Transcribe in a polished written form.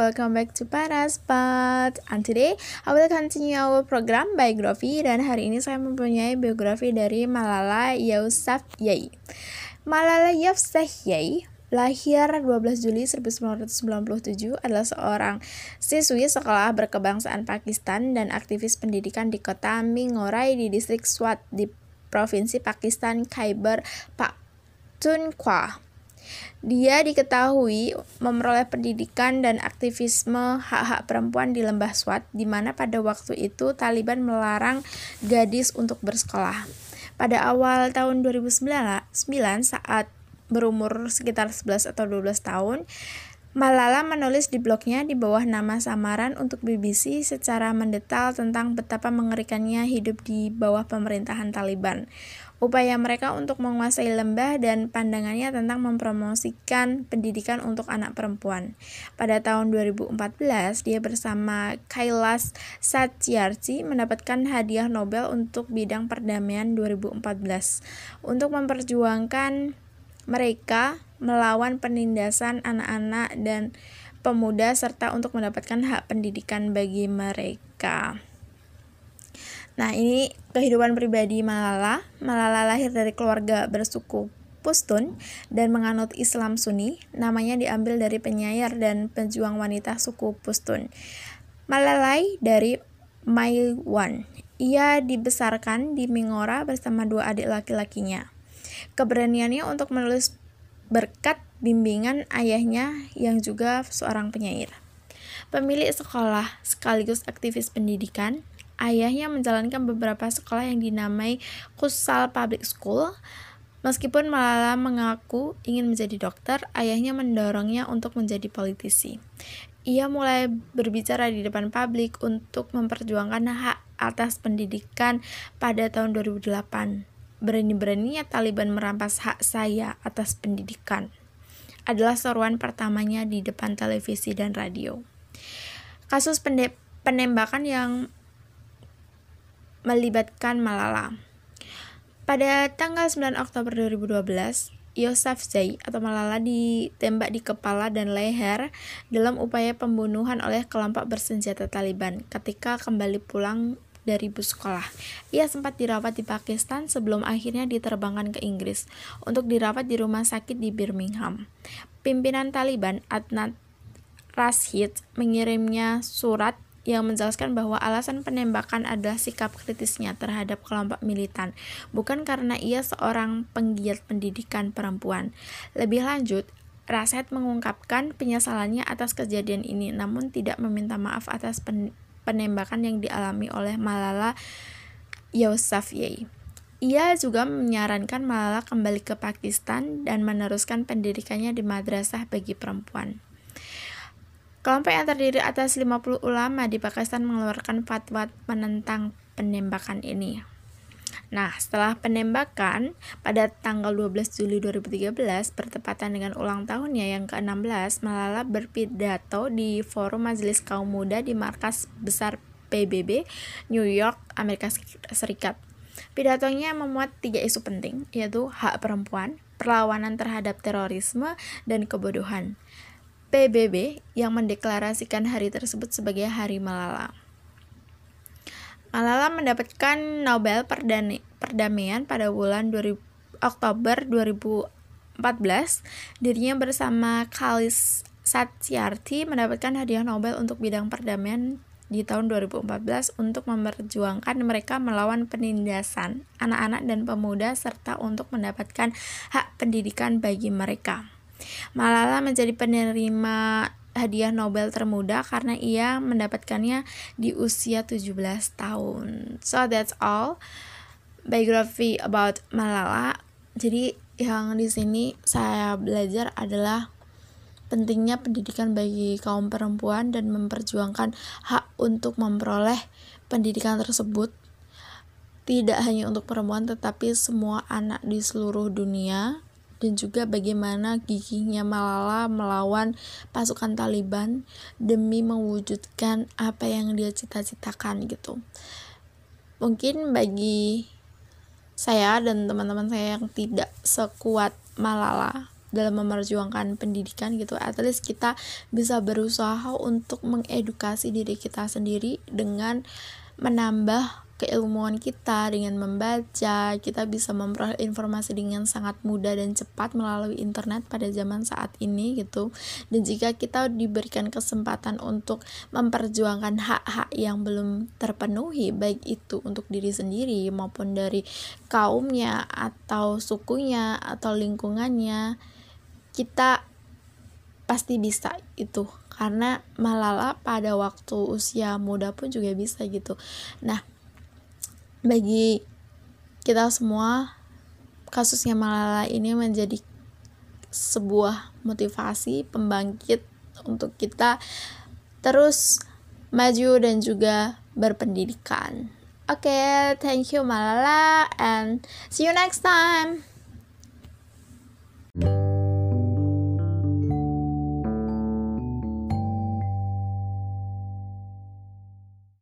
welcome back to Paraspot. And today I will continue our program biography, dan hari ini saya mempunyai biografi dari Malala Yousafzai. Malala Yousafzai lahir 12 Juli 1997, adalah seorang siswi sekolah berkebangsaan Pakistan dan aktivis pendidikan di kota Minghorai di distrik Swat di provinsi Pakistan Khyber Pakhtunkhwa. Dia diketahui memperoleh pendidikan dan aktivisme hak-hak perempuan di lembah Swat, di mana pada waktu itu Taliban melarang gadis untuk bersekolah. Pada awal tahun 2009 saat berumur sekitar 11 atau 12 tahun, Malala menulis di blognya di bawah nama samaran untuk BBC secara mendetail tentang betapa mengerikannya hidup di bawah pemerintahan Taliban, upaya mereka untuk menguasai lembah, dan pandangannya tentang mempromosikan pendidikan untuk anak perempuan. Pada tahun 2014, dia bersama Kailash Satyarthi mendapatkan hadiah Nobel untuk bidang perdamaian 2014 untuk memperjuangkan mereka melawan penindasan anak-anak dan pemuda serta untuk mendapatkan hak pendidikan bagi mereka. Nah, ini kehidupan pribadi Malala. Malala lahir dari keluarga bersuku Pushtun dan menganut Islam Sunni. Namanya diambil dari penyair dan pejuang wanita suku Pushtun, Malalai dari Maiwand. Ia dibesarkan di Minghorai bersama dua adik laki-lakinya. Keberaniannya untuk menulis berkat bimbingan ayahnya yang juga seorang penyair. Pemilik sekolah sekaligus aktivis pendidikan, ayahnya menjalankan beberapa sekolah yang dinamai Kusal Public School. Meskipun Malala mengaku ingin menjadi dokter, ayahnya mendorongnya untuk menjadi politisi. Ia mulai berbicara di depan publik untuk memperjuangkan hak atas pendidikan pada tahun 2008. Berani-beraninya Taliban merampas hak saya atas pendidikan, adalah seruan pertamanya di depan televisi dan radio. Kasus penembakan yang melibatkan Malala. Pada tanggal 9 Oktober 2012, Yousafzai atau Malala ditembak di kepala dan leher dalam upaya pembunuhan oleh kelompok bersenjata Taliban ketika kembali pulang dari bus sekolah. Ia sempat dirawat di Pakistan sebelum akhirnya diterbangkan ke Inggris untuk dirawat di rumah sakit di Birmingham. Pimpinan Taliban, Adnan Rashid, mengirimnya surat yang menjelaskan bahwa alasan penembakan adalah sikap kritisnya terhadap kelompok militan, bukan karena ia seorang penggiat pendidikan perempuan. Lebih lanjut, Rashid mengungkapkan penyesalannya atas kejadian ini, namun tidak meminta maaf atas penembakan yang dialami oleh Malala Yousafzai. Ia juga menyarankan Malala kembali ke Pakistan dan meneruskan pendidikannya di madrasah bagi perempuan. Kelompok yang terdiri atas 50 ulama di Pakistan mengeluarkan fatwa menentang penembakan ini. Nah, setelah penembakan pada tanggal 12 Juli 2013 bertepatan dengan ulang tahunnya yang ke-16, Malala berpidato di Forum Majelis Kaum Muda di markas besar PBB, New York, Amerika Serikat. Pidatonya memuat 3 isu penting, yaitu hak perempuan, perlawanan terhadap terorisme, dan kebodohan. PBB yang mendeklarasikan hari tersebut sebagai Hari Malala. Malala mendapatkan Nobel Perdamaian pada bulan Oktober 2014. Dirinya bersama Kailash Satyarthi mendapatkan hadiah Nobel untuk bidang perdamaian di tahun 2014 untuk memperjuangkan mereka melawan penindasan anak-anak dan pemuda serta untuk mendapatkan hak pendidikan bagi mereka. Malala menjadi penerima hadiah Nobel termuda karena ia mendapatkannya di usia 17 tahun. So that's all biography about Malala. Jadi yang di sini saya belajar adalah pentingnya pendidikan bagi kaum perempuan dan memperjuangkan hak untuk memperoleh pendidikan tersebut, tidak hanya untuk perempuan tetapi semua anak di seluruh dunia. Dan juga bagaimana gigihnya Malala melawan pasukan Taliban demi mewujudkan apa yang dia cita-citakan gitu. Mungkin bagi saya dan teman-teman saya yang tidak sekuat Malala, dalam memperjuangkan pendidikan gitu, at least kita bisa berusaha untuk mengedukasi diri kita sendiri dengan menambah keilmuan kita. Dengan membaca, kita bisa memperoleh informasi dengan sangat mudah dan cepat melalui internet pada zaman saat ini gitu. Dan jika kita diberikan kesempatan untuk memperjuangkan hak-hak yang belum terpenuhi, baik itu untuk diri sendiri maupun dari kaumnya atau sukunya atau lingkungannya, kita pasti bisa itu, karena Malala pada waktu usia muda pun juga bisa gitu. Nah, bagi kita semua, kasusnya Malala ini menjadi sebuah motivasi pembangkit untuk kita terus maju dan juga berpendidikan. Oke, thank you Malala, and see you next time.